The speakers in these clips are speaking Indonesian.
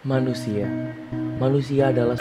Manusia. Manusia adalah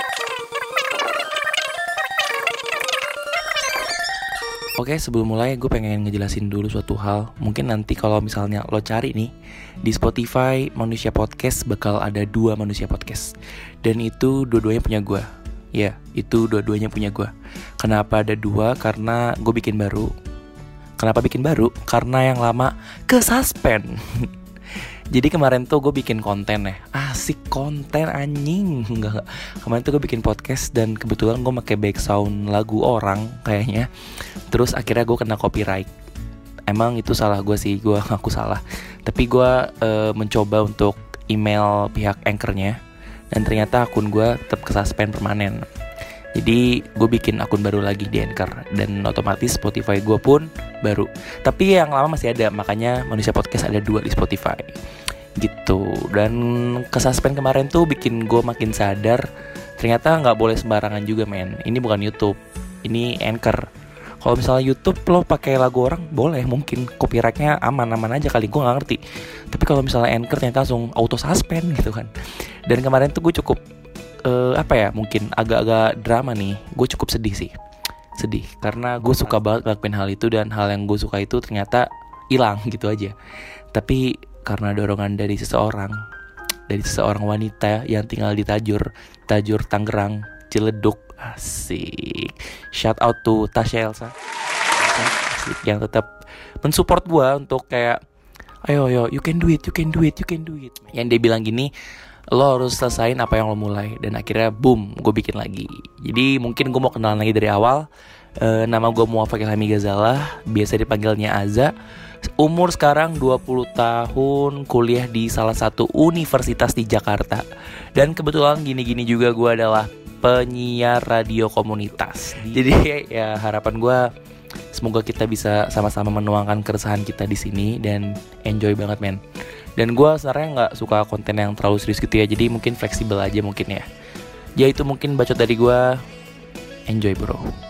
Oke, sebelum mulai gue pengen ngejelasin dulu suatu hal. Mungkin nanti kalau misalnya lo cari nih di Spotify Manusia Podcast bakal ada 2 Manusia Podcast. Dan itu dua-duanya punya gue. Ya, itu dua-duanya punya gue. Kenapa ada 2? Karena gue bikin baru. Kenapa bikin baru? Karena yang lama ke-suspend. Jadi kemarin tuh gue bikin konten ya. Asik konten anjing. Enggak. Kemarin tuh gue bikin podcast dan kebetulan gue pakai background lagu orang kayaknya. Terus akhirnya gue kena copyright. Emang itu salah gue sih, gue ngaku salah. Tapi gue mencoba untuk email pihak anchornya. Dan ternyata akun gue tetap ke-suspend permanen. Jadi gue bikin akun baru lagi di Anchor. Dan otomatis Spotify gue pun baru. Tapi yang lama masih ada. Makanya Manusia Podcast ada 2 di Spotify gitu. Dan ke-suspend kemarin tuh bikin gue makin sadar ternyata gak boleh sembarangan juga men. Ini bukan YouTube, ini Anchor. Kalau misalnya YouTube lo pakai lagu orang boleh, mungkin copyrightnya aman-aman aja kali, gue gak ngerti. Tapi kalau misalnya Anchor ternyata langsung auto suspend gitu kan. Dan kemarin tuh gue cukup mungkin agak-agak drama nih. Gue cukup sedih karena gue suka banget ngelakuin hal itu. Dan hal yang gue suka itu ternyata hilang gitu aja. Tapi karena dorongan dari seseorang wanita yang tinggal di Tajur Tangerang, Ciledug. Asik. Shout out to Tasya Elsa asik, yang tetap mensupport gue untuk kayak ayo you can do it. Yang dia bilang gini, lo harus selesain apa yang lo mulai. Dan akhirnya boom, gue bikin lagi. Jadi mungkin gue mau kenalan lagi dari awal. Nama gue Muwafaq Ilhami Ghazalah, biasa dipanggilnya Aza. Umur sekarang 20 tahun, kuliah di salah satu universitas di Jakarta. Dan kebetulan gini-gini juga gue adalah penyiar radio komunitas. Jadi ya harapan gue semoga kita bisa sama-sama menuangkan keresahan kita di sini dan enjoy banget men. Dan gue sebenarnya nggak suka konten yang terlalu serius gitu ya. Jadi mungkin fleksibel aja mungkin ya. Ya itu mungkin bacot dari gue. Enjoy bro.